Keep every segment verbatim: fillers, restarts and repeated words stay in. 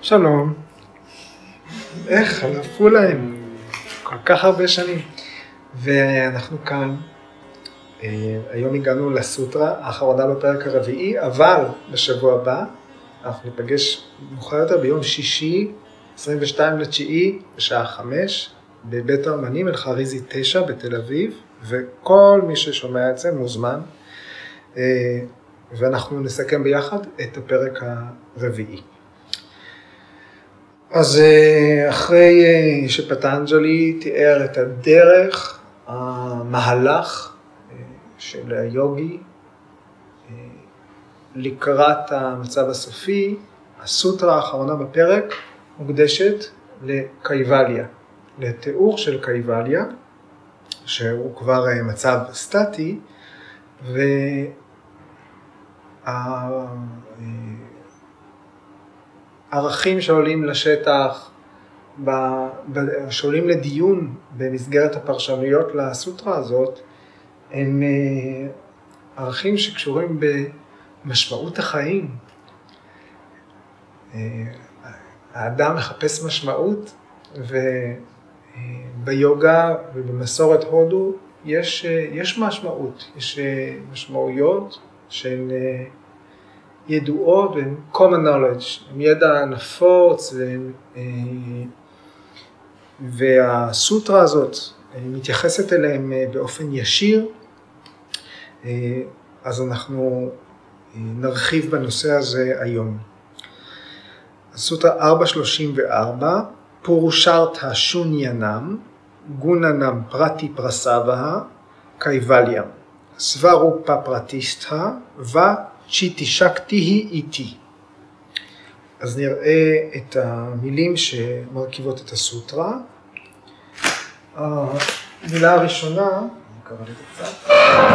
שלום. איך חלפו להם כל כך הרבה שנים. ואנחנו כאן, היום הגענו לסוטרה האחרונה בפרק הרביעי, אבל בשבוע הבא אנחנו ניפגש מאוחר יותר ביום שישי, עשרים ושתיים לתשיעי, בשעה חמש, בבית האמנים אל-חריזי תשע בתל אביב, וכל מי ששומע את זה מוזמן, ואנחנו נסכם ביחד את הפרק הרביעי. אז אחרי שפטנג'לי תיאר את הדרך, המהלך של היוגי לקראת המצב הסופי, הסוטרה האחרונה בפרק מוקדשת לקייבליה, לתיאור של קייבליה, שהוא כבר מצב סטטי, והערכים שעולים לשטח, שעולים לדיון במסגרת הפרשנויות לסוטרה הזאת, הם ערכים שקשורים במשמעות החיים. האדם מחפש משמעות, וביוגה ובמסורת הודו יש, יש משמעות, יש משמעויות שהן ידועות והן common knowledge, הן ידע נפוץ, והן, והסוטרה הזאת מתייחסת אליהם באופן ישיר, אז אנחנו נרחיב בנושא הזה היום. הסוטרה ארבע שלושים וארבע, פורושרתא שונינם, גוננם פרטי פרסבהה, קייבליאם, סברופא פרטיסתא, וצ'יטי שקטיהי איתי. אז נראה את המילים שמרכיבות את הסוטרה. המילה הראשונה, אני אקרא לי קצת.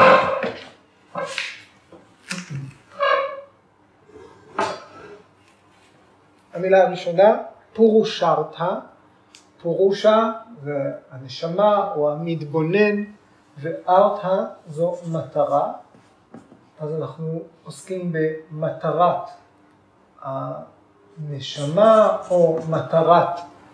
המילה הראשונה, פורושרתא. פורושה זה הנשמה או המתבונן, וארתא זו מטרה. אז אנחנו עוסקים במטרת הנשמה או מטרת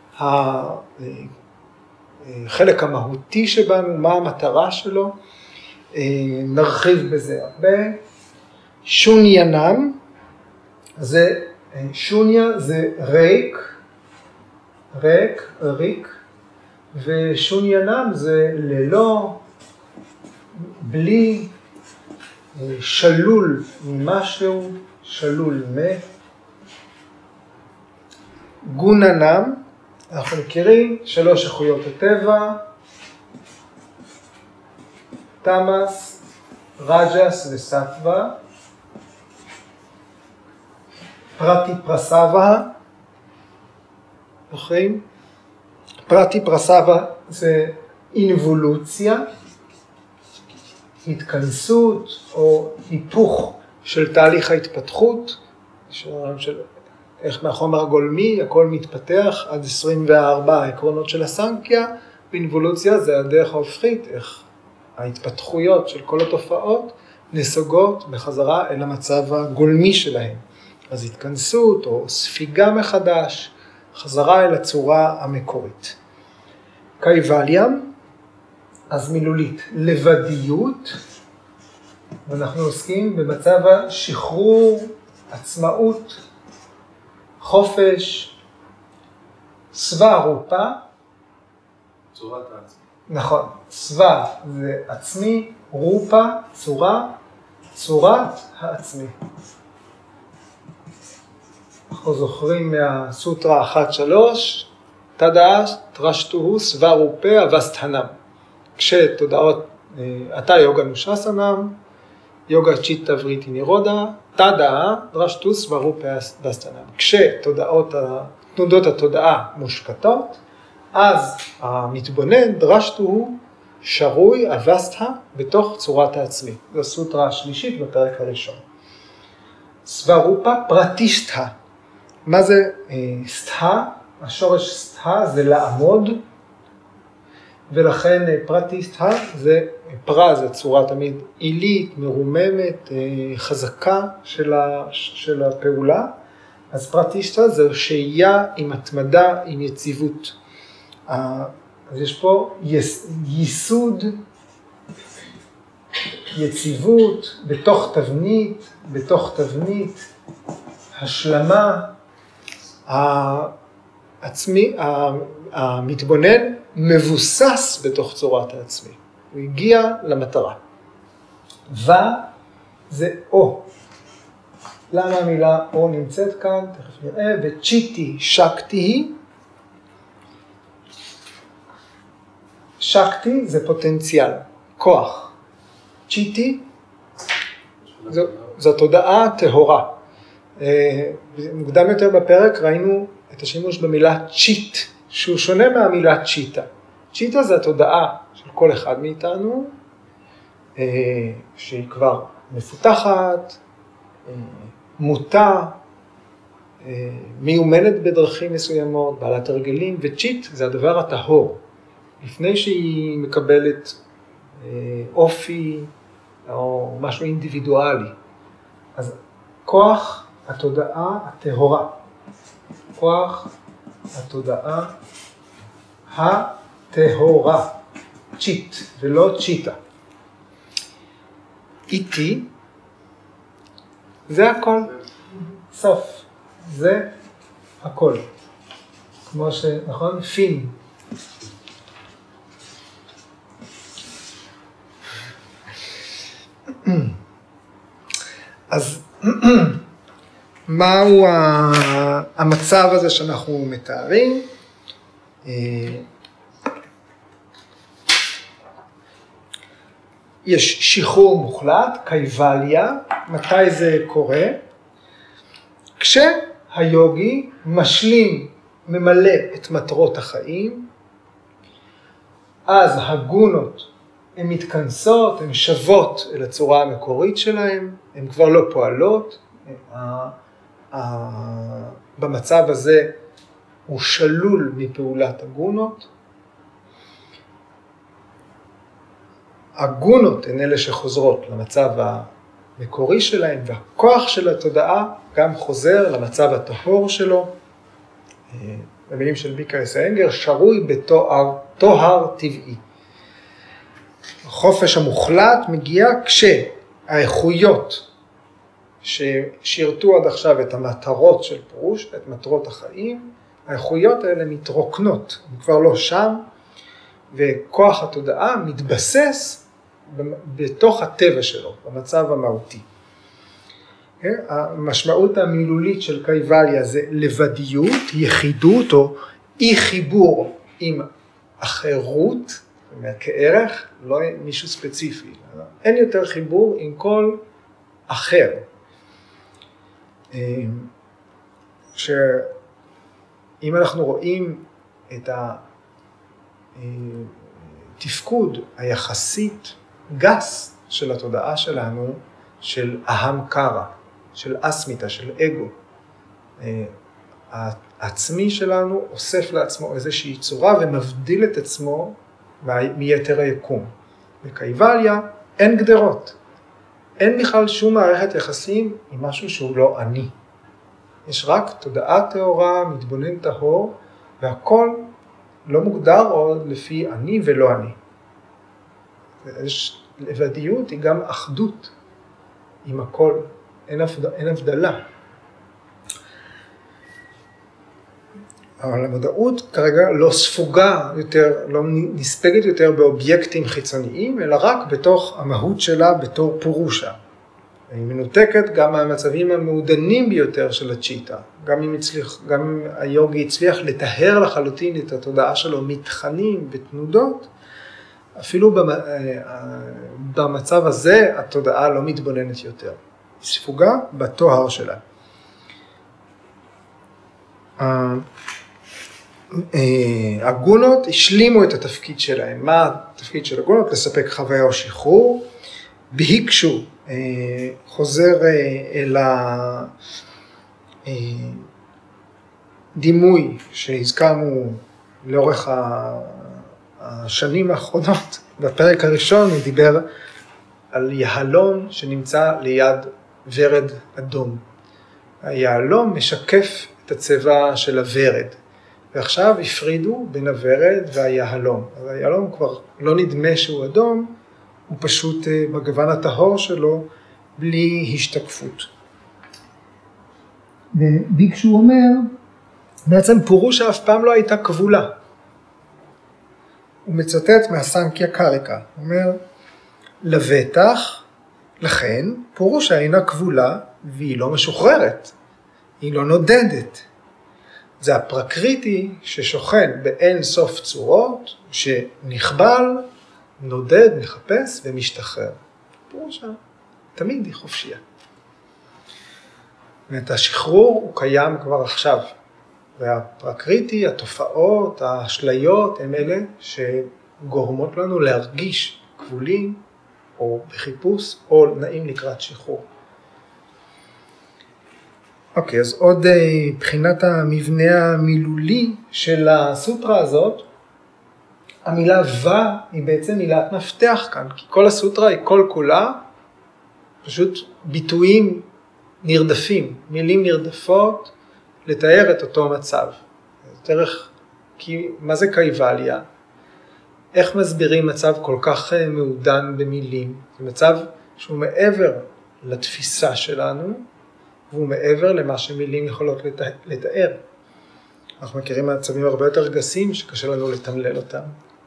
החלק המהותי שבנו, מה המטרה שלו. נרחיב בזה הרבה. שונינם, זה, שוניה זה ריק, ריק, ריק, ושונינם זה ללא, בלי, שלול ממשהו, שלול מ. גוננם, אנחנו מכירים שלוש איכויות הטבע, תמאס, רג'ס וסטווה. פרטי פרסבהה, זוכרים? פרטי פרסבהה זה אינבולוציה, התכנסות או היפוך של תהליך ההתפתחות, של איך מהחומר הגולמי הכל מתפתח עד עשרים וארבע העקרונות של הסנקיה. באינבולוציה זה הדרך ההופכית, איך ההתפתחויות של כל התופעות נסוגות בחזרה אל המצב הגולמי שלהם. אז התכנסות או ספיגה מחדש, חזרה אל הצורה המקורית. קייבליאם, אז מילולית, לבדיות, ואנחנו עוסקים במצב השחרור, עצמאות, חופש, סברופא. צורת העצמי. נכון, סבר זה עצמי, רופא, צורה, צורת העצמי. אנחנו זוכרים מהסוטרה אחת שלוש, תדעה טרשטוהו סברופא אבסתנם. כשתודעות, אתה יוגה נושסנם, יוגה צ'יטה וריטי נירודה, תדעה טרשטוהו סברופא אבסתנם. כשתודעות, תנודות התודעה מושקטות, אז המתבונן דרשטוהו שרוי אבסתה בתוך צורת העצמי. זו סוטרה השלישית בפרק הראשון. סברופא פרטיסתא. מה זה סתא? השורש סתא זה לעמוד, ולכן פרטיסתא זה, פרה זה צורה תמיד עילית, מרוממת, חזקה של, ה, של הפעולה, אז פרטישטה זה שהייה עם התמדה, עם יציבות. אז יש פה ייסוד, יציבות, בתוך תבנית, בתוך תבנית, השלמה, העצמי, המתבונן מבוסס בתוך צורת העצמי. הוא הגיע למטרה. ו זה או. למה המילה או נמצאת כאן? תכף נראה. וצ'יטי שקטי היא. שקטי זה פוטנציאל, כוח. צ'יטי זו, זו תודעה טהורה. מוקדם יותר בפרק ראינו את השימוש במילה צ'יט, שהוא שונה מהמילה צ'יטה. צ'יטה זה התודעה של כל אחד מאיתנו, שהיא כבר מפותחת, מוטה, מיומנת בדרכים מסוימות, בעלת הרגלים, וצ'יט זה הדבר הטהור. לפני שהיא מקבלת אופי או משהו אינדיבידואלי. אז כוח התודעה הטהורה, כוח התודעה הטהורה, צ'יט ולא צ'יטה. איתי, זה הכל, סוף, זה הכל. כמו ש... נכון? פין. אז מהו המצב הזה שאנחנו מתארים? יש שחרור מוחלט, קייבליה, מתי זה קורה? כשהיוגי משלים, ממלא את מטרות החיים, אז הגונות הן מתכנסות, הן שוות אל הצורה המקורית שלהן, הן כבר לא פועלות. במצב הזה הוא שלול מפעולת הגונות. הגונות הן אלה שחוזרות למצב המקורי שלהן, והכוח של התודעה גם חוזר למצב הטהור שלו. במילים של מיקאס איינגר, שרוי בתואר, טוהר טבעי. החופש המוחלט מגיע כשהאיכויות ששירתו עד עכשיו את המטרות של פרוש, את מטרות החיים, האיכויות האלה מתרוקנות, הם כבר לא שם, וכוח התודעה מתבסס בתוך הטבע שלו, במצב המהותי. המשמעות המילולית של קייבליה זה לבדיות, יחידות או אי חיבור עם אחרות, כערך, לא מישהו ספציפי. אין יותר חיבור עם כל אחר. שאם אנחנו רואים את התפקוד היחסית גס של התודעה שלנו, של אהם קרא, של אסמיתה, של אגו, העצמי שלנו אוסף לעצמו איזושהי צורה ומבדיל את עצמו מיתר היקום. בקייבליה אין גדרות. אין בכלל שום מערכת יחסים עם משהו שהוא לא אני. יש רק תודעה טהורה, מתבונן טהור, והכל לא מוגדר עוד לפי אני ולא אני. יש לבדיות היא גם אחדות עם הכל, אין, הבד... אין הבדלה. אבל המודעות כרגע לא ספוגה יותר, לא נספגת יותר באובייקטים חיצוניים, אלא רק בתוך המהות שלה בתור פורושה. היא מנותקת גם מהמצבים המעודנים ביותר של הצ'יטה. גם אם, הצליח, גם אם היוגי הצליח לטהר לחלוטין את התודעה שלו מתכנים ותנודות, אפילו במצב הזה התודעה לא מתבוננת יותר. היא ספוגה בתואר שלה. הגונות השלימו את התפקיד שלהם. מה התפקיד של הגונות? לספק חוויה או שחרור. בהיקשו חוזר אל הדימוי שהזכרנו לאורך השנים האחרונות. בפרק הראשון הוא דיבר על יהלום שנמצא ליד ורד אדום. היהלום משקף את הצבע של הוורד, ועכשיו הפרידו בין הוורד והיהלום. אז היהלום כבר לא נדמה שהוא אדום, הוא פשוט בגוון הטהור שלו, בלי השתקפות. וביקשו אומר, בעצם פורושה אף פעם לא הייתה כבולה. הוא מצטט מהסנקיה קריקה, הוא אומר, לבטח, לכן פורושה אינה כבולה והיא לא משוחררת, היא לא נודדת. זה הפרקריטי ששוכן באין סוף צורות, שנכבל, נודד, מחפש ומשתחרר. פורושה תמיד היא חופשייה. ואת השחרור הוא קיים כבר עכשיו. והפרקריטי, התופעות, האשליות, הם אלה שגורמות לנו להרגיש כבולים, או בחיפוש, או נעים לקראת שחרור. אוקיי, אז עוד בחינת המבנה המילולי של הסוטרה הזאת, המילה ווה היא בעצם מילת מפתח כאן, כי כל הסוטרה היא כל כולה, פשוט ביטויים נרדפים, מילים נרדפות, לתאר את אותו מצב. דרך, כי מה זה קייבליה? איך מסבירים מצב כל כך מעודן במילים? זה מצב שהוא מעבר לתפיסה שלנו, והוא מעבר למה שמילים יכולות לתאר. אנחנו מכירים מצבים הרבה יותר גסים שקשה לנו לתמלל אותם.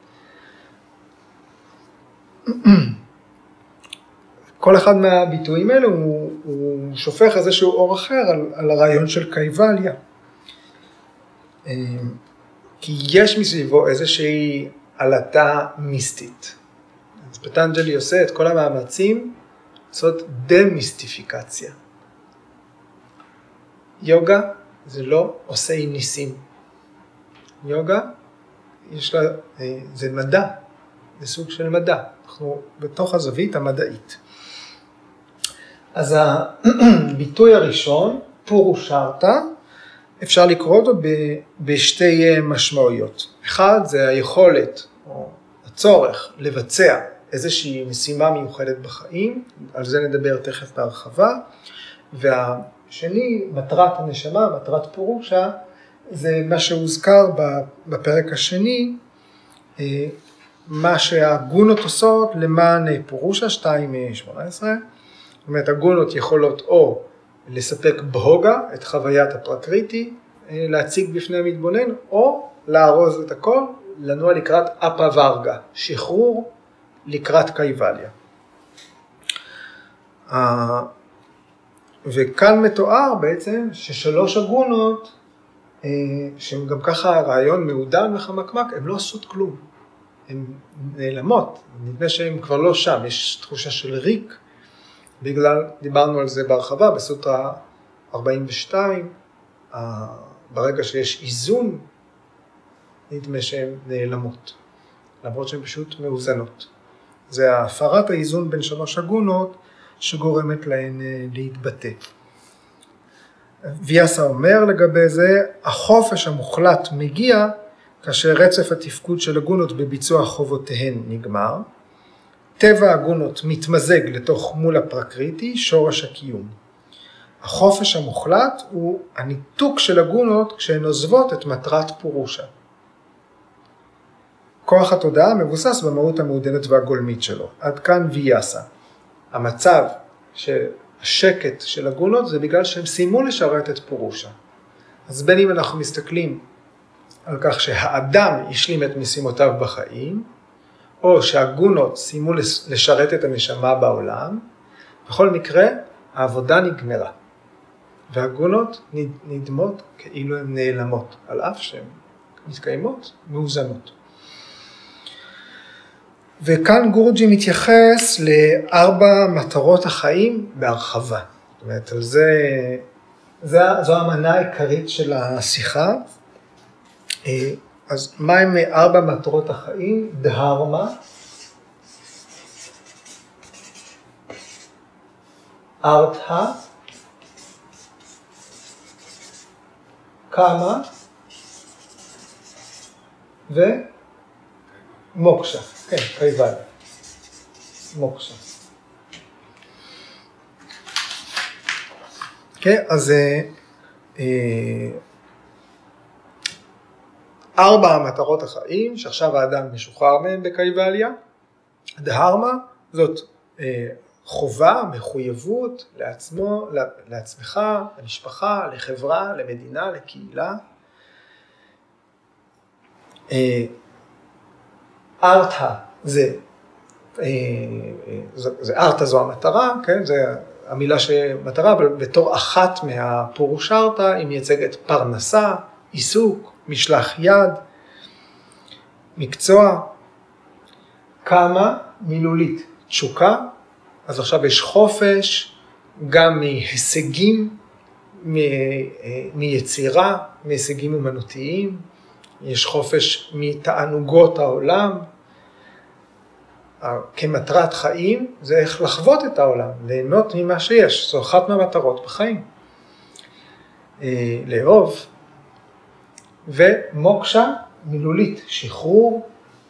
כל אחד מהביטויים האלו הוא, הוא שופך איזשהו אור אחר על, על הרעיון של קייבליה. כי יש מסביבו איזושהי עלתה מיסטית. אז פטנג'לי עושה את כל המאמצים לעשות דמיסטיפיקציה. יוגה זה לא עושה ניסים. יוגה יש לה, זה מדע, זה סוג של מדע. אנחנו בתוך הזווית המדעית. אז הביטוי הראשון, פורושרטה, אפשר לקרוא אותו בשתי משמעויות. אחד זה היכולת או הצורך לבצע איזושהי משימה מיוחדת בחיים, על זה נדבר תכף בהרחבה, והשני, מטרת הנשמה, מטרת פורושה, זה מה שהוזכר בפרק השני, מה שהגונות עושות למען פורושה שתיים שמונה עשרה, זאת אומרת, הגונות יכולות או לספק בהוגה, את חוויית הפרקריטי, להציג בפני המתבונן, או לארוז את הכל, לנוע לקראת אפא ורגה, שחרור לקראת קייבליה. וכאן מתואר בעצם ששלוש הגונות, שהן גם ככה הרעיון מעודן וחמקמק, הן לא עושות כלום. הן נעלמות, נדמה שהן כבר לא שם, יש תחושה של ריק, בגלל, דיברנו על זה בהרחבה, בסוטרה ארבעים ושתיים, ברגע שיש איזון, נדמה שהן נעלמות, למרות שהן פשוט מאוזנות. זה הפרת האיזון בין שלוש הגונות, שגורמת להן להתבטא. ויאסה אומר לגבי זה, החופש המוחלט מגיע, כאשר רצף התפקוד של הגונות בביצוע חובותיהן נגמר, טבע הגונות מתמזג לתוך מול הפרקריטי, שורש הקיום. החופש המוחלט הוא הניתוק של הגונות כשהן עוזבות את מטרת פורושה. כוח התודעה מבוסס במהות המעודנת והגולמית שלו. עד כאן ויאסה. המצב שהשקט של הגונות זה בגלל שהם סיימו לשרת את פורושה. אז בין אם אנחנו מסתכלים על כך שהאדם השלים את משימותיו בחיים, או שהגונות סיימו לשרת את הנשמה בעולם, בכל מקרה העבודה נגמרה. והגונות נדמות כאילו הן נעלמות, על אף שהן מתקיימות מאוזנות. וכאן גורג'י מתייחס לארבע מטרות החיים בהרחבה. זאת אומרת, על זה, זה, זו המנה העיקרית של השיחה. אז מה הם ארבע מטרות החיים? דהרמה, ארת'ה, קאמה ומוקשה. כן, קייבליה. מוקשה. כן, אז אה, ארבע המטרות החיים, שעכשיו האדם משוחרר מהם בקייבליה. דהרמה זאת אה, חובה, מחויבות לעצמו, לעצמך, למשפחה, לחברה, למדינה, לקהילה. אה, ארת'ה זה, אה, זה, זה ארת'ה זו המטרה, כן? זה המילה שמטרה, אבל בתור אחת מהפורושרתא היא מייצגת פרנסה, עיסוק, משלח יד, מקצוע, כמה מילולית, תשוקה. אז עכשיו יש חופש גם מהישגים, מ, מיצירה, מהישגים אומנותיים, יש חופש מתענוגות העולם. כמטרת חיים זה איך לחוות את העולם, ליהנות ממה שיש, זו אחת מהמטרות בחיים. לאהוב. ומוקשה מילולית, שחרור.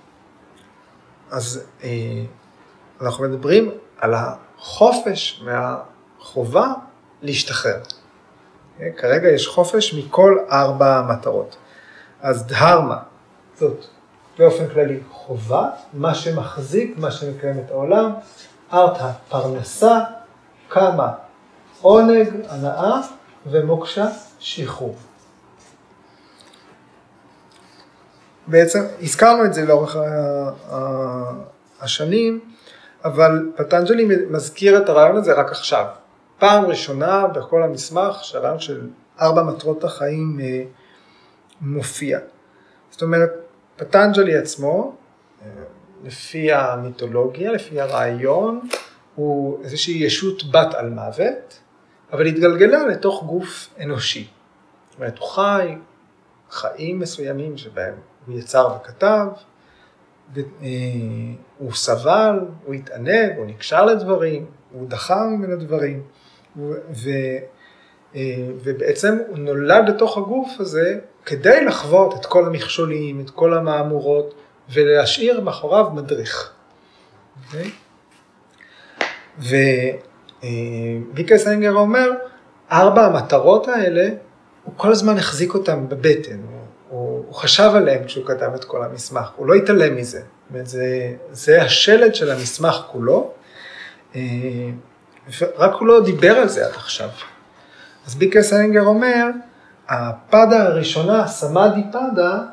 אז אנחנו מדברים על החופש מהחובה להשתחרר. כרגע יש חופש מכל ארבע המטרות. אז דהרמה, זאת באופן כללי חובה, מה שמחזיק, מה שמקיים את העולם. ארת'ה, פרנסה, קמה, עונג, הנאה, ומוקשה, שחרור. בעצם הזכרנו את זה לאורך השנים, אבל פטנג'לי מזכיר את הרעיון הזה רק עכשיו. פעם ראשונה בכל המסמך שהרעיון של ארבע מטרות החיים מופיע. זאת אומרת, פטנג'לי עצמו, לפי המיתולוגיה, לפי הרעיון, הוא איזושהי ישות בת על מוות, אבל התגלגלה לתוך גוף אנושי. זאת אומרת, הוא חי חיים מסוימים שבהם הוא יצר וכתב, הוא סבל, הוא התענג, הוא נקשר לדברים, הוא דחה מן הדברים, ו... ובעצם הוא נולד לתוך הגוף הזה כדי לחוות את כל המכשולים, את כל המאמורות, ולהשאיר מאחוריו מדריך. Okay? וויקס איינגר אומר, ארבע המטרות האלה, הוא כל הזמן החזיק אותם בבטן, הוא, הוא חשב עליהם כשהוא כתב את כל המסמך, הוא לא התעלם מזה. זה, זה השלד של המסמך כולו, רק הוא לא דיבר על זה עד עכשיו. אז ויקס איינגר אומר, הפדה הראשונה, סמאדי פדה,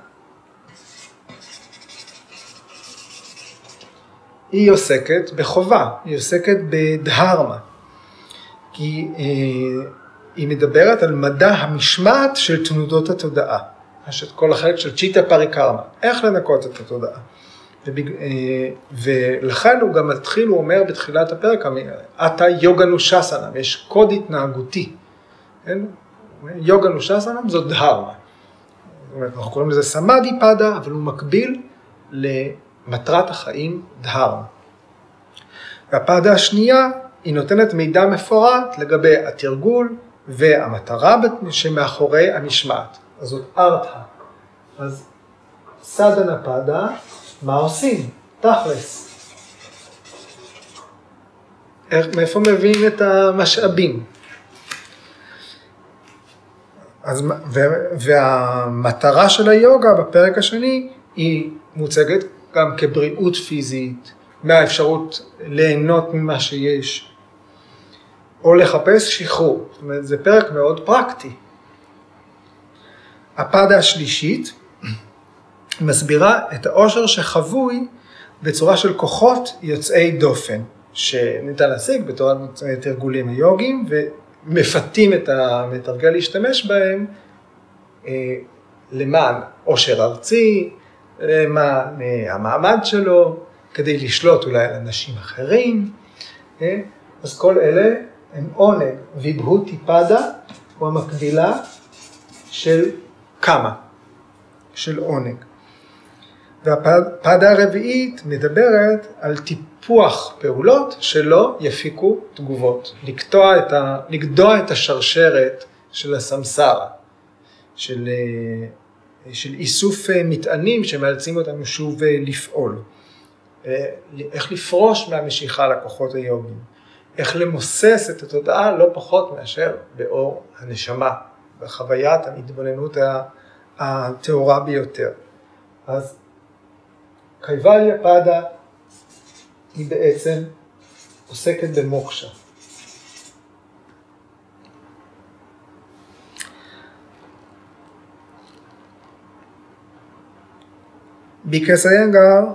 היא עוסקת בחובה, היא עוסקת בדהרמה, כי אה, היא מדברת על מדע המשמעת של תנודות התודעה, יש את כל החלק של צ'יטה פריקרמה, איך לנקות את התודעה, ובג... אה, ולכן הוא גם מתחיל, הוא אומר בתחילת הפרק, אתה יוגה נושסנם, יש קוד התנהגותי, כן? יוגה נושסנם זאת דהרמה, אנחנו קוראים לזה סמאדי פדה, אבל הוא מקביל למטרת החיים דהרמה. והפדה השנייה היא נותנת מידע מפורט לגבי התרגול והמטרה שמאחורי המשמעת. אז זאת ארת'ה. אז סדנה פדה, מה עושים? תכלס. מאיפה מביאים את המשאבים? אז, והמטרה של היוגה בפרק השני היא מוצגת גם כבריאות פיזית, מהאפשרות ליהנות ממה שיש, או לחפש שחרור. זאת אומרת, זה פרק מאוד פרקטי. הפדה השלישית מסבירה את האושר שחבוי בצורה של כוחות יוצאי דופן, שניתן להשיג בתורת תרגולים היוגיים, ומפתים את המתרגל להשתמש בהם אה, למען אושר ארצי, למען אה, המעמד שלו, כדי לשלוט אולי על אנשים אחרים. אה? אז כל אלה הם עונג. ויבהותי פדה הוא המקבילה של כמה, של עונג. והפדה הרביעית מדברת על טיפוח פעולות שלא יפיקו תגובות, לקטוע את ה, לגדוע את השרשרת של הסמסרה, של, של איסוף מטענים שמאלצים אותנו שוב לפעול. איך לפרוש מהמשיכה לכוחות היוגיים, איך למוסס את התודעה לא פחות מאשר באור הנשמה, בחוויית ההתבוננות הטהורה ביותר. אז קייבליה פדה היא בעצם עוסקת במוקשה. ביקסאיינגר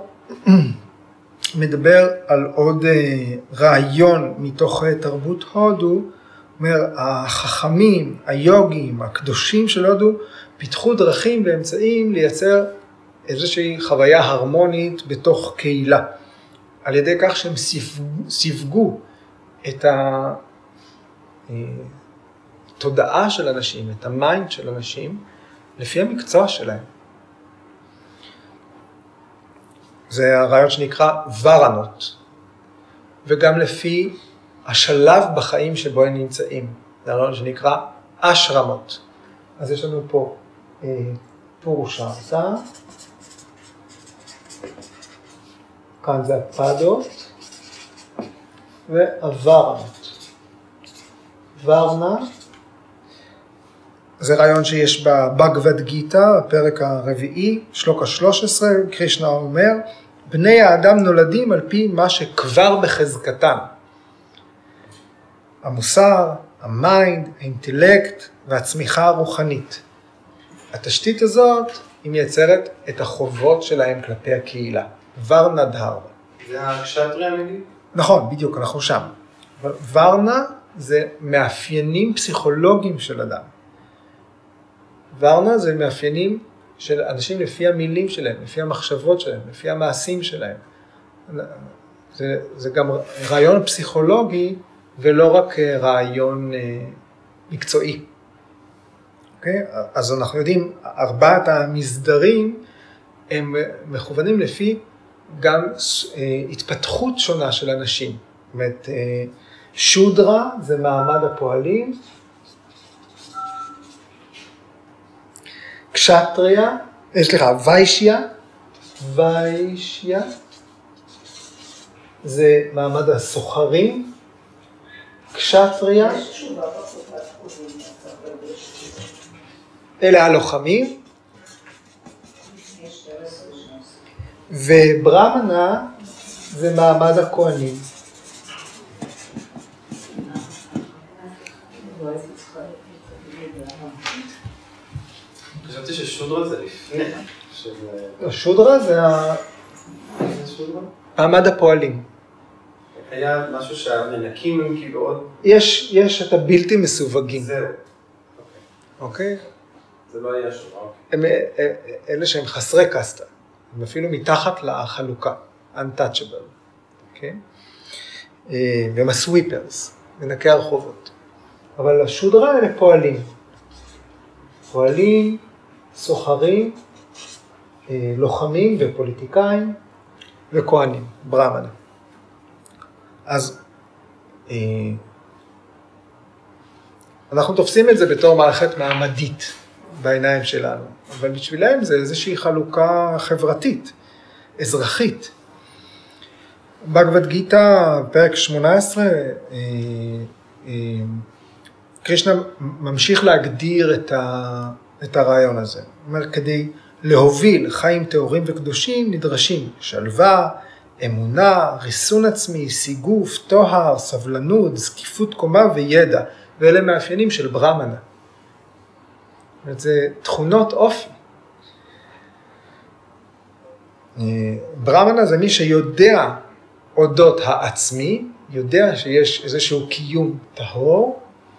מדבר על עוד רעיון מתוך תרבות הודו, אומר, החכמים, היוגים, הקדושים של הודו, פיתחו דרכים ואמצעים לייצר איזושהי חוויה הרמונית בתוך קהילה, על ידי כך שהם סיווגו, סיווגו את התודעה של אנשים, את המיינד של אנשים, לפי המקצוע שלהם. זה הרעיון שנקרא ורנות, וגם לפי השלב בחיים שבו הם נמצאים. זה הרעיון שנקרא אשרמות. אז יש לנו פה אה, פורושרטה, כאן זה הפדות, והוורנות. ורנה, זה רעיון שיש בבגבד גיטה, הפרק הרביעי, שלוק ה-שלוש עשרה, קרישנה אומר, בני האדם נולדים על פי מה שכבר בחזקתם. המוסר, המיינד, האינטלקט והצמיחה הרוחנית. התשתית הזאת היא מייצרת את החובות שלהם כלפי הקהילה. ורנה דהרבה. זה הקשטריה נגיד? נכון, בדיוק, אנחנו שם. ורנה זה מאפיינים פסיכולוגיים של אדם. ורנה זה מאפיינים של אנשים לפי המילים שלהם, לפי המחשבות שלהם, לפי המעשים שלהם. זה, זה גם רעיון פסיכולוגי ולא רק רעיון מקצועי. אוקיי? אז אנחנו יודעים, ארבעת המסדרים הם מכוונים לפי גם התפתחות שונה של אנשים. זאת אומרת, שודרה זה מעמד הפועלים, קשטריה, סליחה, ויישיה, ויישיה, זה מעמד הסוחרים, קשטריה, אלה הלוחמים, וברמנה זה מעמד הכהנים. חשבתי ששודרה זה לפני. שודרה זה מעמד הפועלים. היה משהו שהמנקים הם כאילו עוד... יש, יש את הבלתי מסווגים. זהו. אוקיי? זה לא היה שודרה. הם אלה שהם חסרי קסטה. הם אפילו מתחת לחלוקה. untouchable. אוקיי? והם הסוויפרס, מנקי הרחובות. אבל השודרה אלה פועלים. פועלים, סוחרים, לוחמים ופוליטיקאים וכהנים, ברמנה. אז אנחנו תופסים את זה בתור מערכת מעמדית בעיניים שלנו, אבל בשבילם זה איזושהי חלוקה חברתית, אזרחית. בגבד גיטה, פרק שמונה עשרה, קרישנה ממשיך להגדיר את, ה, את הרעיון הזה. הוא אומר, כדי להוביל חיים טהורים וקדושים נדרשים שלווה, אמונה, ריסון עצמי, סיגוף, טוהר, סבלנות, זקיפות קומה וידע. ואלה מאפיינים של ברמנה. זה תכונות אופי. ברמנה זה מי שיודע אודות העצמי, יודע שיש איזשהו קיום טהור,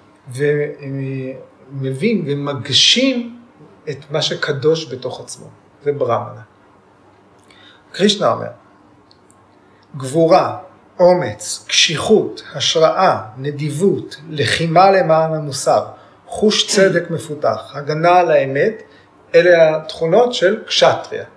ומבין ומגשים את מה שקדוש בתוך עצמו. זה ברמנה. קרישנה אומר, גבורה, אומץ, קשיחות, השראה, נדיבות, לחימה למען המוסר, חוש צדק מפותח, הגנה על האמת, אלה התכונות של קשטריה.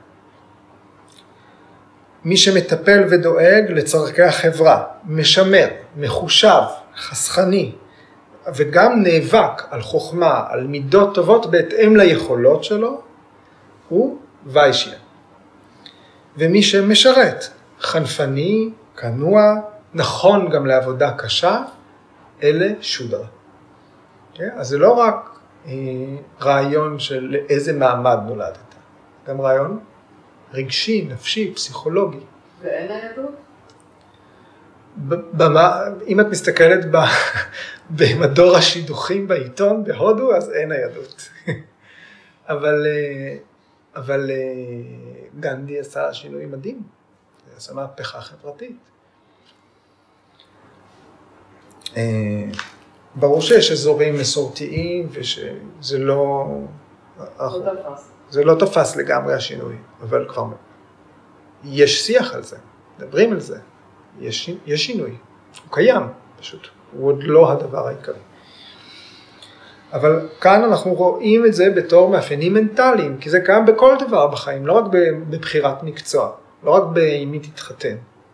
מי שמטפל ודואג לצורכי החברה, משמר, מחושב, חסכני, וגם נאבק על חוכמה, על מידות טובות בהתאם ליכולות שלו, הוא ויישיה. ומי שמשרת, חנפני, כנוע, נכון גם לעבודה קשה, אלה שודרה. Okay? אז זה לא רק אה, רעיון של לאיזה מעמד נולדת, גם רעיון רגשי, נפשי, פסיכולוגי. ואין ניידות? במה, אם את מסתכלת במדור השידוכים בעיתון בהודו, אז אין ניידות. אבל, אבל גנדי עשה שינוי מדהים, עשה מהפכה חברתית. ברור שיש אזורים מסורתיים ושזה לא, לא תפס. זה לא תפס לגמרי השינוי, אבל כבר יש שיח על זה, מדברים על זה, יש, יש שינוי, הוא קיים פשוט, הוא עוד לא הדבר העיקרי. אבל כאן אנחנו רואים את זה בתור מאפיינים מנטליים, כי זה קיים בכל דבר בחיים, לא רק בבחירת מקצוע, לא רק באם היא תתחתן.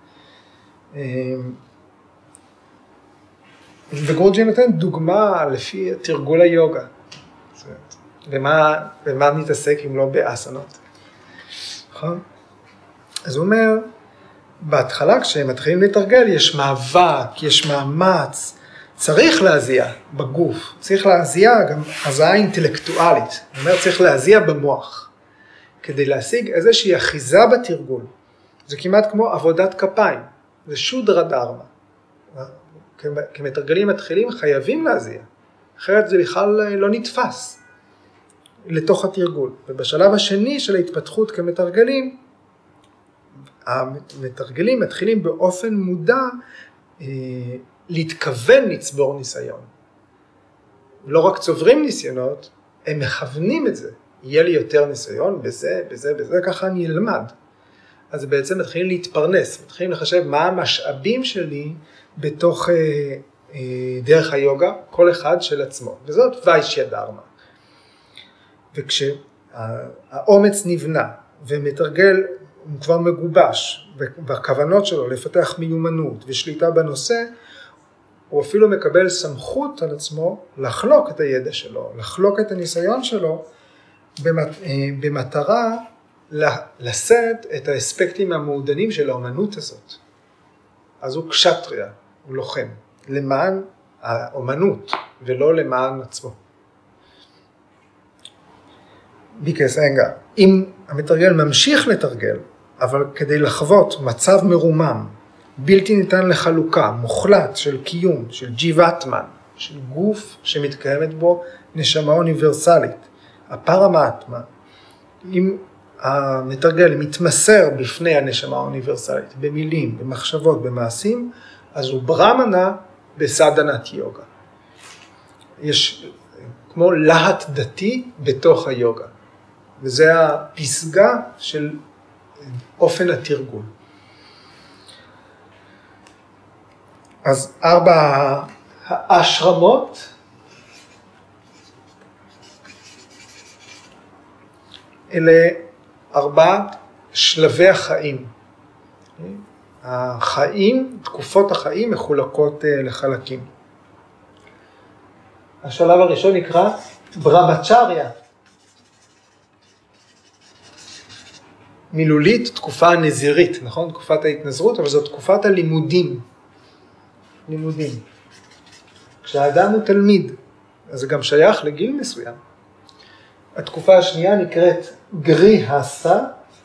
וגרוג'י נותן דוגמה לפי תרגול היוגה. ומה, ומה נתעסק אם לא באסנות. נכון? אז הוא אומר, בהתחלה כשהם מתחילים לתרגל, יש מאבק, יש מאמץ, צריך להזיע בגוף, צריך להזיע גם הזעה אינטלקטואלית. הוא אומר, צריך להזיע במוח, כדי להשיג איזושהי אחיזה בתרגול. זה כמעט כמו עבודת כפיים, זה שודרה דרמה. כמתרגלים מתחילים חייבים להזיע, אחרת זה בכלל לא נתפס לתוך התרגול. ובשלב השני של ההתפתחות כמתרגלים, המתרגלים מתחילים באופן מודע אה, להתכוון לצבור ניסיון. לא רק צוברים ניסיונות, הם מכוונים את זה. יהיה לי יותר ניסיון בזה, בזה, בזה, ככה אני אלמד. אז בעצם מתחילים להתפרנס, מתחילים לחשב מה המשאבים שלי בתוך אה, אה, דרך היוגה, כל אחד של עצמו. וזאת ויישיה דרמה. וכשהאומץ נבנה ומתרגל, הוא כבר מגובש, והכוונות שלו לפתח מיומנות ושליטה בנושא, הוא אפילו מקבל סמכות על עצמו לחלוק את הידע שלו, לחלוק את הניסיון שלו, במטרה לשאת את האספקטים המעודנים של האומנות הזאת. אז הוא קשטריה, הוא לוחם, למען האומנות ולא למען עצמו. ביקס אנגה, אם המתרגל ממשיך לתרגל, אבל כדי לחוות מצב מרומם, בלתי ניתן לחלוקה, מוחלט של קיום, של ג'יבטמן, של גוף שמתקיימת בו נשמה אוניברסלית, הפרמאטמה, אם המתרגל מתמסר בפני הנשמה האוניברסלית, במילים, במחשבות, במעשים, אז הוא ברמנה בסדנת יוגה. יש כמו להט דתי בתוך היוגה, וזה הפסגה של אופן התרגול. אז ארבע האשרמות, אלה ארבעת שלבי החיים. החיים, תקופות החיים מחולקות לחלקים. השלב הראשון נקרא ברמצ'ריה. מילולית, תקופה הנזירית, נכון? תקופת ההתנזרות, אבל זו תקופת הלימודים. לימודים. כשהאדם הוא תלמיד, אז זה גם שייך לגיל מסוים. התקופה השנייה נקראת גריהסה.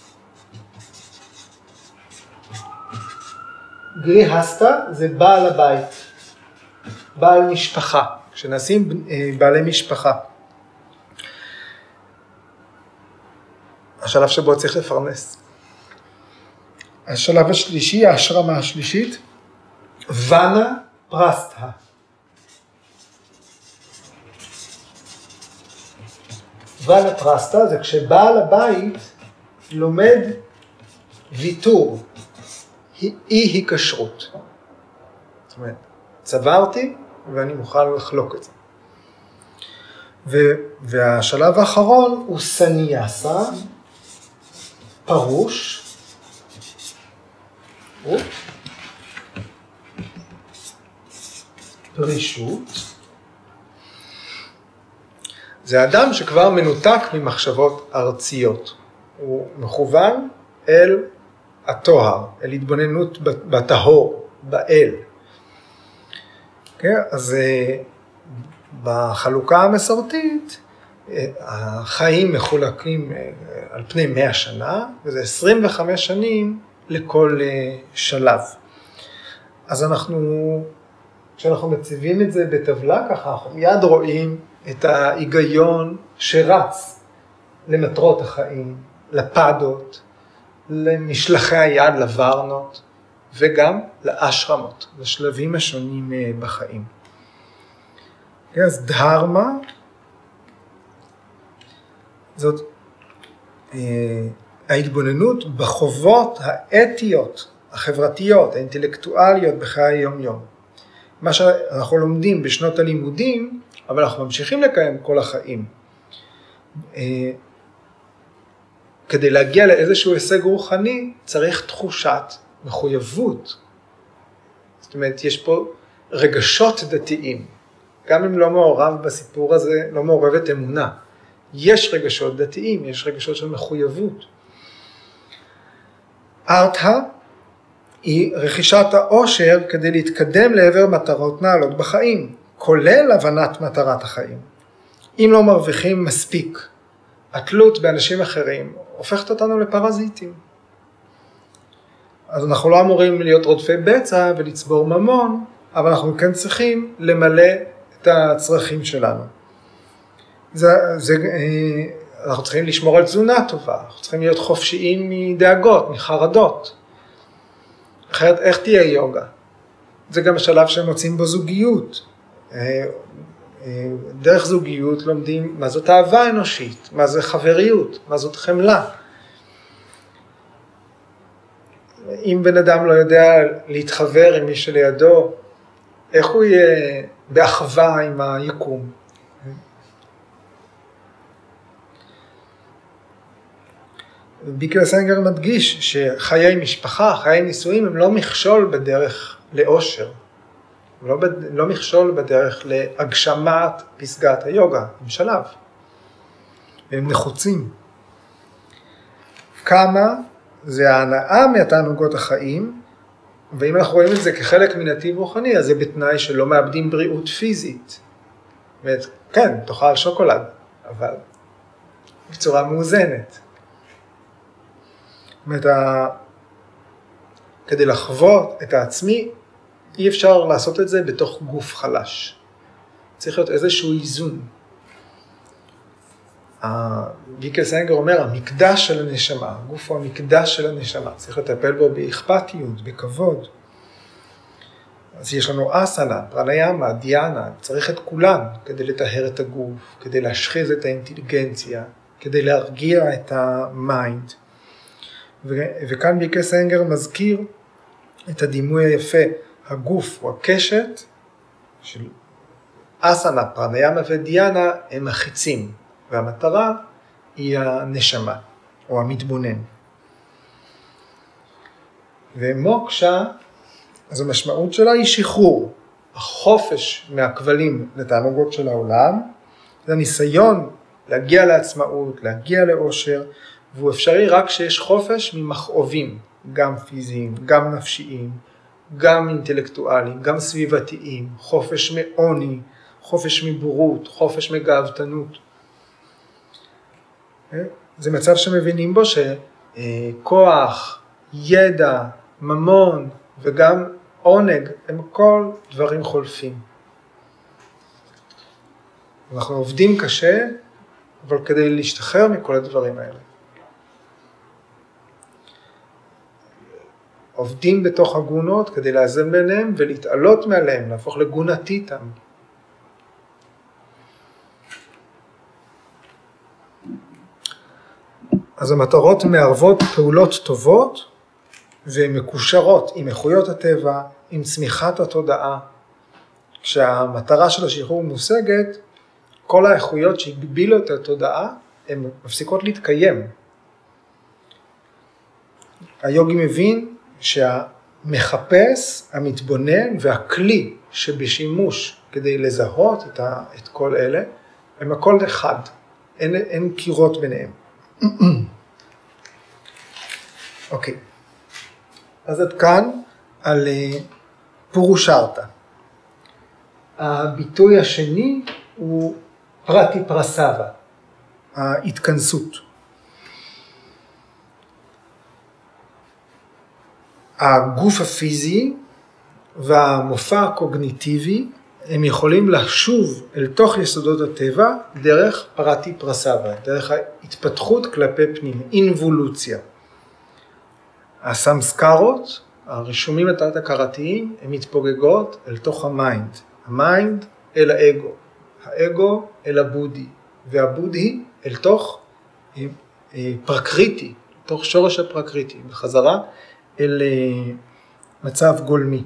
גריהסה זה בעל הבית, בעל משפחה, כשנעשים בעלי משפחה. השלב שבו צריך לפרנס. השלב השלישי, ההשרמה השלישית, ונה פרסטה. ונה פרסטה זה כשבעל הבית לומד ויתור, אי היקשרות. זאת אומרת, צברתי ואני מוכן לחלוק את זה. והשלב האחרון הוא סניאסה, פרוש, פרישות. זה אדם שכבר מנותק ממחשבות ארציות. הוא מכוון אל התואר, אל התבוננות בטהור, באל. כן? אז בחלוקה המסורתית, החיים מחולקים על פני מאה שנה, וזה עשרים וחמש שנים לכל שלב. אז אנחנו, כשאנחנו מציבים את זה בטבלה ככה, אנחנו מיד רואים את ההיגיון שרץ למטרות החיים, לפדות, למשלחי היד, לוורנות, וגם לאשרמות, לשלבים השונים בחיים. אז דהרמה, זאת אה, ההתבוננות בחובות האתיות, החברתיות, האינטלקטואליות בחיי היום-יום. מה שאנחנו לומדים בשנות הלימודים, אבל אנחנו ממשיכים לקיים כל החיים. אה, כדי להגיע לאיזשהו הישג רוחני, צריך תחושת מחויבות. זאת אומרת, יש פה רגשות דתיים. גם אם לא מעורב בסיפור הזה, לא מעורבת אמונה. יש רגשות דתיים, יש רגשות של מחויבות. ארת'ה היא רכישת העושר כדי להתקדם לעבר מטרות נעלות בחיים, כולל הבנת מטרת החיים. אם לא מרוויחים מספיק, התלות באנשים אחרים הופכת אותנו לפרזיטים. אז אנחנו לא אמורים להיות רודפי בצע ולצבור ממון, אבל אנחנו כן צריכים למלא את הצרכים שלנו. זה, זה, אנחנו צריכים לשמור על תזונה טובה, אנחנו צריכים להיות חופשיים מדאגות, מחרדות. אחרת, איך תהיה יוגה? זה גם השלב שמוצאים בו זוגיות. דרך זוגיות לומדים מה זאת אהבה אנושית, מה זה חבריות, מה זאת חמלה. אם בן אדם לא יודע להתחבר עם מי שלידו, איך הוא יהיה באחווה עם היקום? ביקר סנגר מדגיש שחיי משפחה, חיי נישואים, הם לא מכשול בדרך לאושר. הם לא, לא מכשול בדרך להגשמת פסגת היוגה, הם שלב. והם נחוצים. כמה זה ההנאה מהתענוגות החיים, ואם אנחנו רואים את זה כחלק מנתיב רוחני, אז זה בתנאי שלא מאבדים בריאות פיזית. ואת, כן, תאכל שוקולד, אבל בצורה מאוזנת. זאת אומרת, כדי לחוות את העצמי, אי אפשר לעשות את זה בתוך גוף חלש. צריך להיות איזשהו איזון. ויקל סנגר אומר, המקדש של הנשמה, הגוף הוא המקדש של הנשמה, צריך לטפל בו באכפתיות, בכבוד. אז יש לנו אסנה, פרניאמה, דיאנה, צריך את כולן כדי לטהר את הגוף, כדי להשחיז את האינטליגנציה, כדי להרגיע את המיינד. וכאן ויקל סנגר מזכיר את הדימוי היפה, הגוף הוא הקשת של אסנה, פרניאמה ודיאנה הם החיצים. והמטרה היא הנשמה, או המתבונן. ומוקשה, אז המשמעות שלה היא שחרור, החופש מהכבלים לתענוגות של העולם, זה הניסיון להגיע לעצמאות, להגיע לאושר, והוא אפשרי רק כשיש חופש ממכאובים, גם פיזיים, גם נפשיים, גם אינטלקטואליים, גם סביבתיים, חופש מעוני, חופש מבורות, חופש מגאוותנות. זה מצב שמבינים בו שכוח, ידע, ממון וגם עונג הם כל דברים חולפים. אנחנו עובדים קשה, אבל כדי להשתחרר מכל הדברים האלה. עובדים בתוך הגונות כדי לאזן ביניהם ולהתעלות מעליהם, להפוך לגונתיתם. אז המטרות מערבות פעולות טובות ומקושרות עם איכויות הטבע, עם צמיחת התודעה. כשהמטרה של השחרור מושגת, כל האיכויות שהגבילו את התודעה, הן מפסיקות להתקיים. היוגי מבין שהמחפש, המתבונן והכלי שבשימוש כדי לזהות את, ה, את כל אלה, הם הכל אחד, אין, אין קירות ביניהם. אוקיי, אז עד כאן על פורושרטה. הביטוי השני הוא פרטי פרסבה, ההתכנסות. הגוף הפיזי והמופע הקוגניטיבי הם יכולים לשוב אל תוך יסודות הטבע דרך פרטי פרסבה, דרך ההתפתחות כלפי פנים, אינבולוציה. הסמסקרות, הרישומים התת-הכרתיים, הן מתפוגגות אל תוך המיינד. המיינד אל האגו, האגו אל הבודי, והבודי אל תוך פרקריטי, תוך שורש הפרקריטי, בחזרה אל מצב גולמי.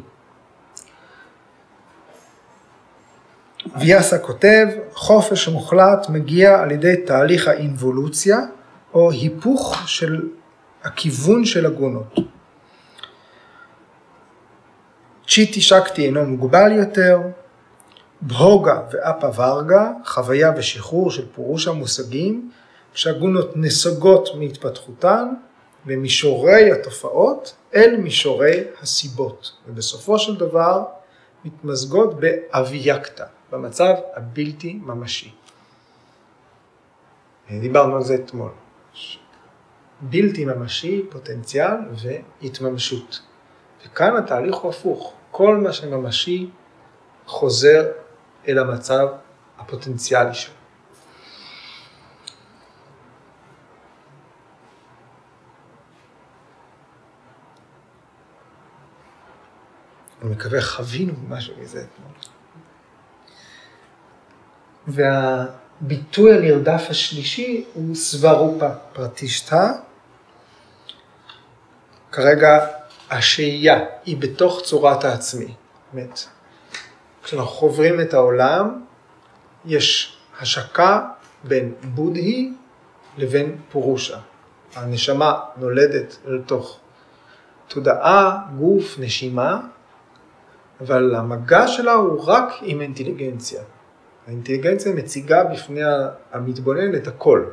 ויאסה כותב, חופש מוחלט מגיע על ידי תהליך האינבולוציה, או היפוך של הכיוון של הגונות. צ'יטי שקטי אינו מוגבל יותר, בהוגה ואפה ורגה, חוויה ושחרור של פירוש המושגים, כשהגונות נסוגות מהתפתחותן, במישורי התופעות אל מישורי הסיבות, ובסופו של דבר מתמזגות באבייקטה, במצב הבלתי ממשי. דיברנו על זה אתמול. בלתי ממשי, פוטנציאל והתממשות. וכאן התהליך הוא הפוך. כל מה שממשי חוזר אל המצב הפוטנציאלי שלו. אני מקווה חווינו משהו מזה אתמול. והביטוי הנרדף השלישי הוא סברופה פרטישתא. כרגע השהייה היא בתוך צורת העצמי. באמת, כשאנחנו חוברים את העולם, יש השקה בין בודהי לבין פורושה. הנשמה נולדת לתוך תודעה, גוף, נשימה, אבל המגע שלה הוא רק עם אינטליגנציה. האינטליגנציה מציגה בפני המתבונן את הכל.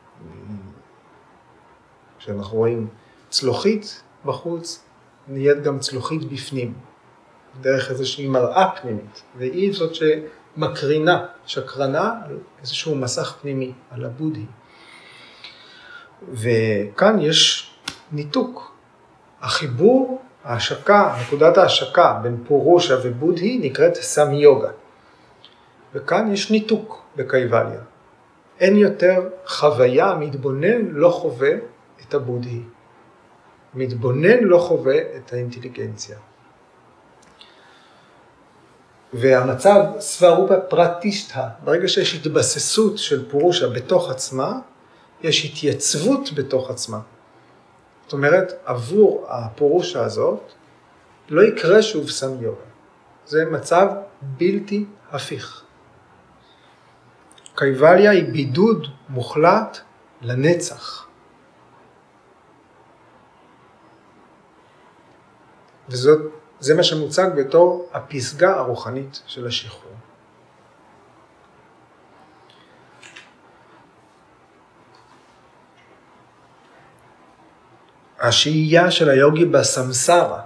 כשאנחנו רואים צלוחית בחוץ, נהיית גם צלוחית בפנים, דרך איזושהי מראה פנימית, והיא זאת שמקרינה, שקרנה על איזשהו מסך פנימי, על הבודהי. וכאן יש ניתוק. החיבור, ההשקה, נקודת ההשקה בין פורושה ובודהי נקראת סמי יוגה. וכאן יש ניתוק בקייבליה. אין יותר חוויה, המתבונן לא חווה את הבודהי. המתבונן לא חווה את האינטליגנציה. והמצב סברופה פרטישתא, ברגע שיש התבססות של פורושה בתוך עצמה, יש התייצבות בתוך עצמה. זאת אומרת, עבור הפורושה הזאת, לא יקרה שוב סמי יוגה. זה מצב בלתי הפיך. קייבליה היא בידוד מוחלט לנצח. וזאת, זה מה שמוצג בתור הפסגה הרוחנית של השחרור. השהייה של היוגי בסמסרה,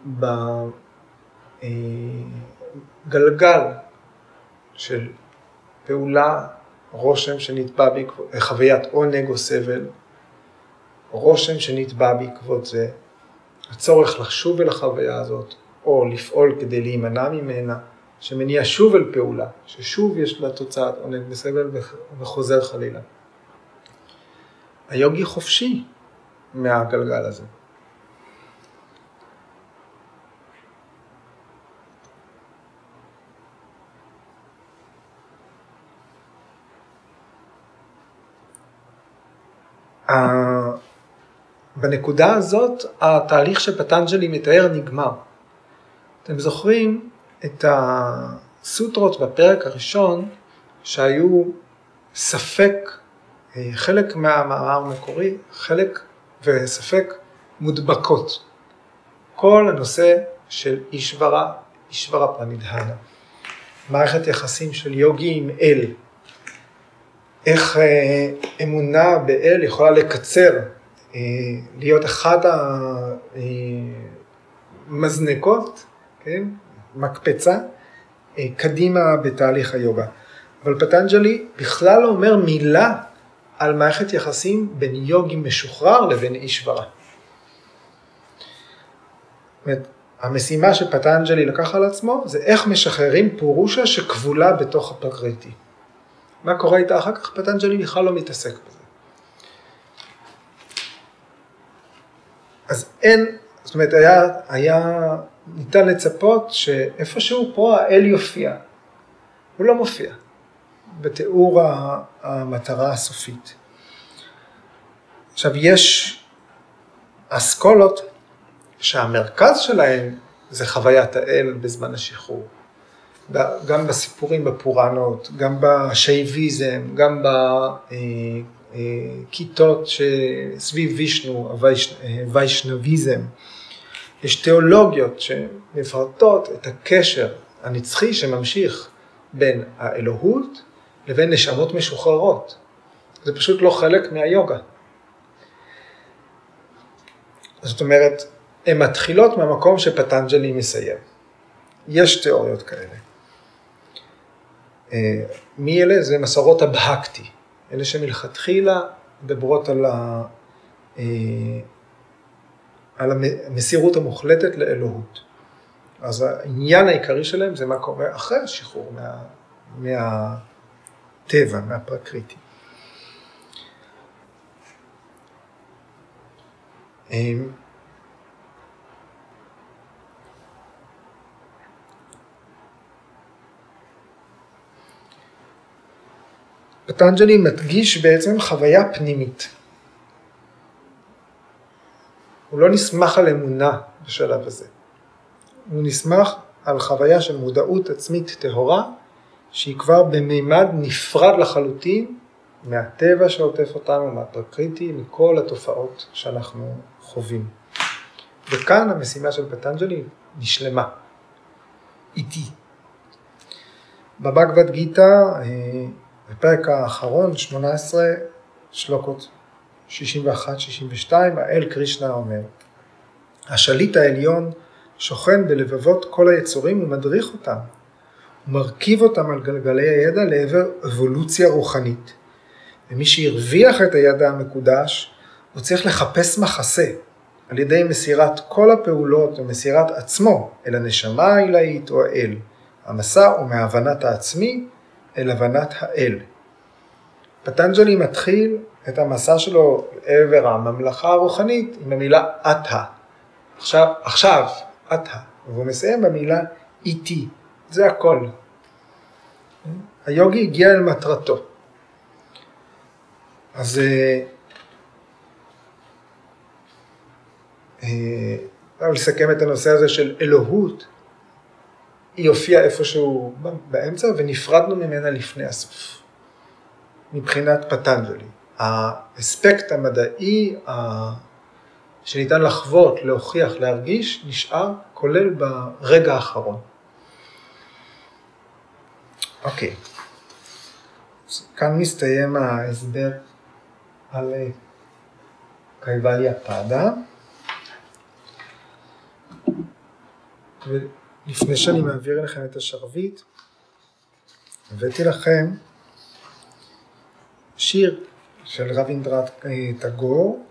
בגלגל של פעולה, רושם שנתבע בעקבות, חוויית עונג או סבל, רושם שנתבע בעקבות זה, הצורך לחשוב אל החוויה הזאת, או לפעול כדי להימנע ממנה, שמניע שוב אל פעולה, ששוב יש לה תוצאת עונג וסבל וחוזר חלילה. היוגי חופשי מהגלגל הזה. בנקודה הזאת, התהליך שפטנג'לי מתאר נגמר. אתם זוכרים את הסוטרות בפרק הראשון, שהיו ספק, חלק מהמאמר המקורי, חלק וספק מודבקות. כל הנושא של אישברה, אישברה פרנידהנה. מערכת יחסים של יוגי עם אל. איך אמונה באל יכולה לקצר, להיות אחד המזנקות, כן? מקפצה קדימה בתהליך היוגה. אבל פטנג'לי בכלל לא אומר מילה על מערכת יחסים בין יוגי משוחרר לבין אישברה. זאת אומרת, המשימה שפטנג'לי לקח על עצמו זה איך משחררים פורושה שכבולה בתוך הפרקריטי. מה קורה איתה אחר כך? פטנג'לי בכלל לא מתעסק בזה. אז אין, זאת אומרת, היה, היה ניתן לצפות שאיפשהו פה האל יופיע. הוא לא מופיע בתיאור המטרה הסופית. עכשיו, יש אסכולות שהמרכז שלהם זה חוויית האל בזמן השחרור. גם בסיפורים בפורנות, גם בשייביזם, גם בכיתות שסביב וישנו, ויישנביזם. יש תיאולוגיות שמפרטות את הקשר הנצחי שממשיך בין האלוהות לבין נשמות משוחררות. זה פשוט לא חלק מהיוגה. זאת אומרת, הן מתחילות מהמקום שפטנג'לי מסיים. יש תיאוריות כאלה. מי אלה? זה מסורות הבהקתי. אלה שמלכתחילה מדברות על, ה... על המסירות המוחלטת לאלוהות. אז העניין העיקרי שלהם זה מה קורה אחרי השחרור מה... מהטבע, מהפרקריטי. פטנג'לי מדגיש בעצם חוויה פנימית. הוא לא נסמך על אמונה בשלב הזה. הוא נסמך על חוויה של מודעות עצמית טהורה, שהיא כבר במימד נפרד לחלוטין מהטבע שעוטף אותנו, מהפרקריטי, מכל התופעות שאנחנו חווים. וכאן המשימה של פטנג'לי נשלמה, איתי. בבגבד גיטה, בפרק האחרון, שמונה עשרה, שלוקות שישים ואחת שישים ושתיים, האל קרישנה אומר, השליט העליון שוכן בלבבות כל היצורים ומדריך אותם, ומרכיב אותם על גלגלי הידע לעבר אבולוציה רוחנית. ומי שהרוויח את הידע המקודש, הוא צריך לחפש מחסה, על ידי מסירת כל הפעולות ומסירת עצמו אל הנשמה העילאית או האל. המסע הוא מהבנת העצמי אל הבנת האל. פטנג'לי מתחיל את המסע שלו לעבר הממלכה הרוחנית עם המילה אתא. עכשיו, עכשיו, אתא. והוא מסיים במילה איתי. זה הכל. היוגי הגיע אל מטרתו. אז אה, לסכם את הנושא הזה של אלוהות, היא הופיעה איפשהו באמצע ונפרדנו ממנה לפני הסוף. מבחינת פטנג'לי. האספקט המדעי שניתן לחוות, להוכיח, להרגיש, נשאר כולל ברגע האחרון. אוקיי. אז כאן מסתיים ההסבר על קייבליה פאדה. ולפני שאני מעביר לכם את השרביט, הבאתי לכם שיר של רבינדרת טגור,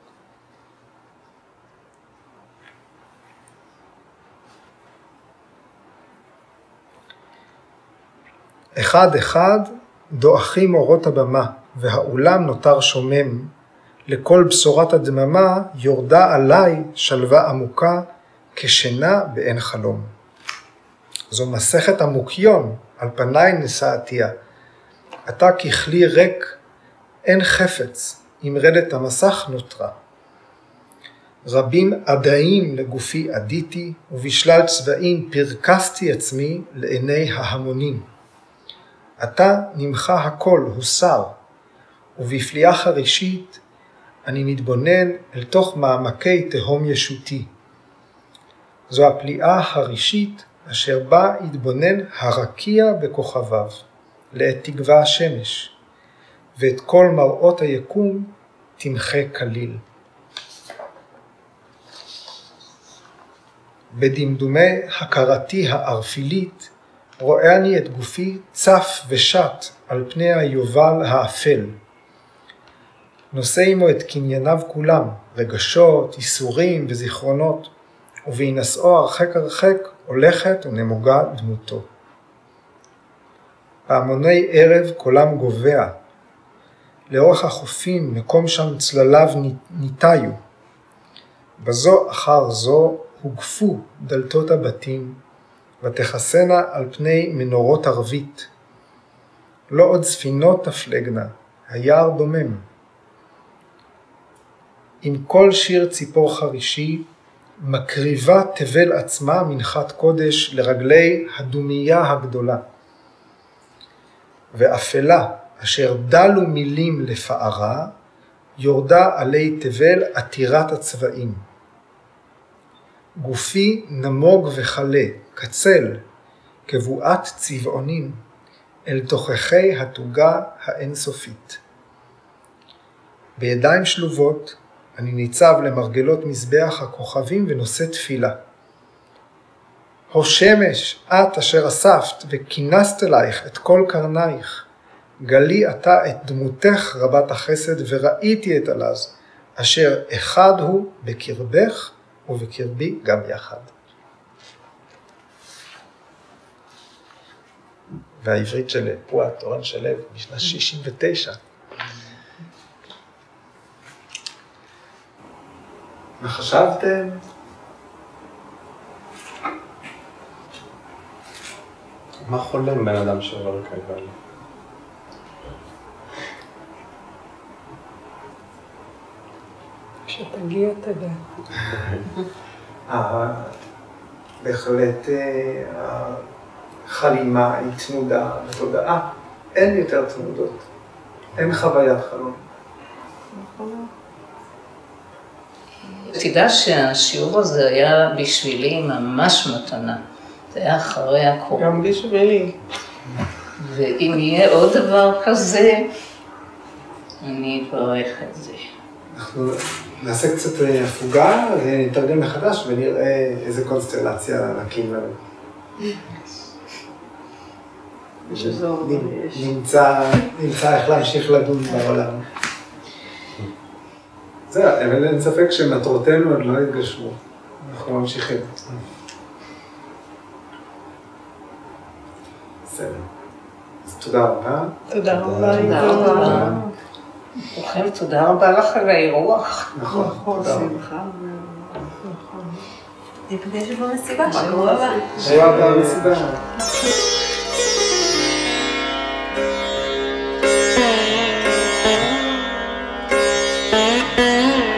אחד אחד דועכים אורות הבמה, והאולם נותר שומם, לכל בשורת הדממה יורדה עליי שלווה עמוקה, כשינה באין חלום. זו מסכת המוקיון, על פניי נשאתיה. אתה ככלי ריק, אין חפץ, אם רדת המסך נותרה. רבים עדיים לגופי עדיתי, ובשלל צבעים פרקסתי עצמי לעיני ההמונים. אתה נמחה הכל הוסר, ובפליאה חרישית אני מתבונן אל תוך מעמקי תהום ישותי. זו הפליאה הרישית אשר בה התבונן הרקיע בכוכביו, לעת תגווע השמש, ואת כל מראות היקום תמחה כליל. בדמדומי הכרתי הערפילית, רואה אני את גופי צף ושט על פני היובל האפל. נושא עמו את קנייניו כולם, רגשות, איסורים וזיכרונות, ובהינשאו הרחק הרחק הולכת ונמוגה דמותו. פעמוני ערב קולם גובע, לאורך החופים מקום שם צלליו ניטיו, בזו אחר זו הוגפו דלתות הבתים, ותחסנה על פני מנורות ערבית. לא עוד ספינות תפלגנה, היער דומם. עם כל שיר ציפור חרישי, מקריבה תבל עצמה מנחת קודש לרגלי הדומייה הגדולה. ואפלה, אשר דלו מילים לפערה, יורדה עלי תבל עתירת הצבעים. גופי נמוג וחלה, קצל, כבועת צבעונים, אל תוכחי התוגה האינסופית. בידיים שלובות אני ניצב למרגלות מזבח הכוכבים ונושא תפילה. הו שמש, את אשר אספת וכינסת אלייך את כל קרנייך, גלי אתה את דמותך רבת החסד וראיתי את עלז, אשר אחד הוא בקרבך ובקרבי גם יחד. והעברית של פועה, תורן שלו, משנה שישים ותשע. מה חשבתם? מה חולם בן אדם שעובר כאלה? כשתגיע תדע. בהחלט החלימה היא תנודה בתודעה. אין יותר תנודות. אין חוויית חלום. תדע שהשיעור הזה היה בשבילי ממש מתנה. זה היה אחרי הקורונה. גם בשבילי. ואם יהיה עוד דבר כזה, אני אברך את זה. אנחנו נעשה קצת הפוגה, נתרגם מחדש ונראה איזה קונסטלציה נקים לנו. נמצא איך להמשיך לדון בעולם. זהו, אבל אין ספק שמטרותינו עוד לא התגשמו. אנחנו ממשיכים. בסדר. אז תודה רבה. תודה רבה. תודה רבה. לכם תודה רבה לך על האירוח. נכון. תודה רבה. שמחה. נפגש במסיבה, שבוע הבא. שבוע הבא במסיבה. Thank you.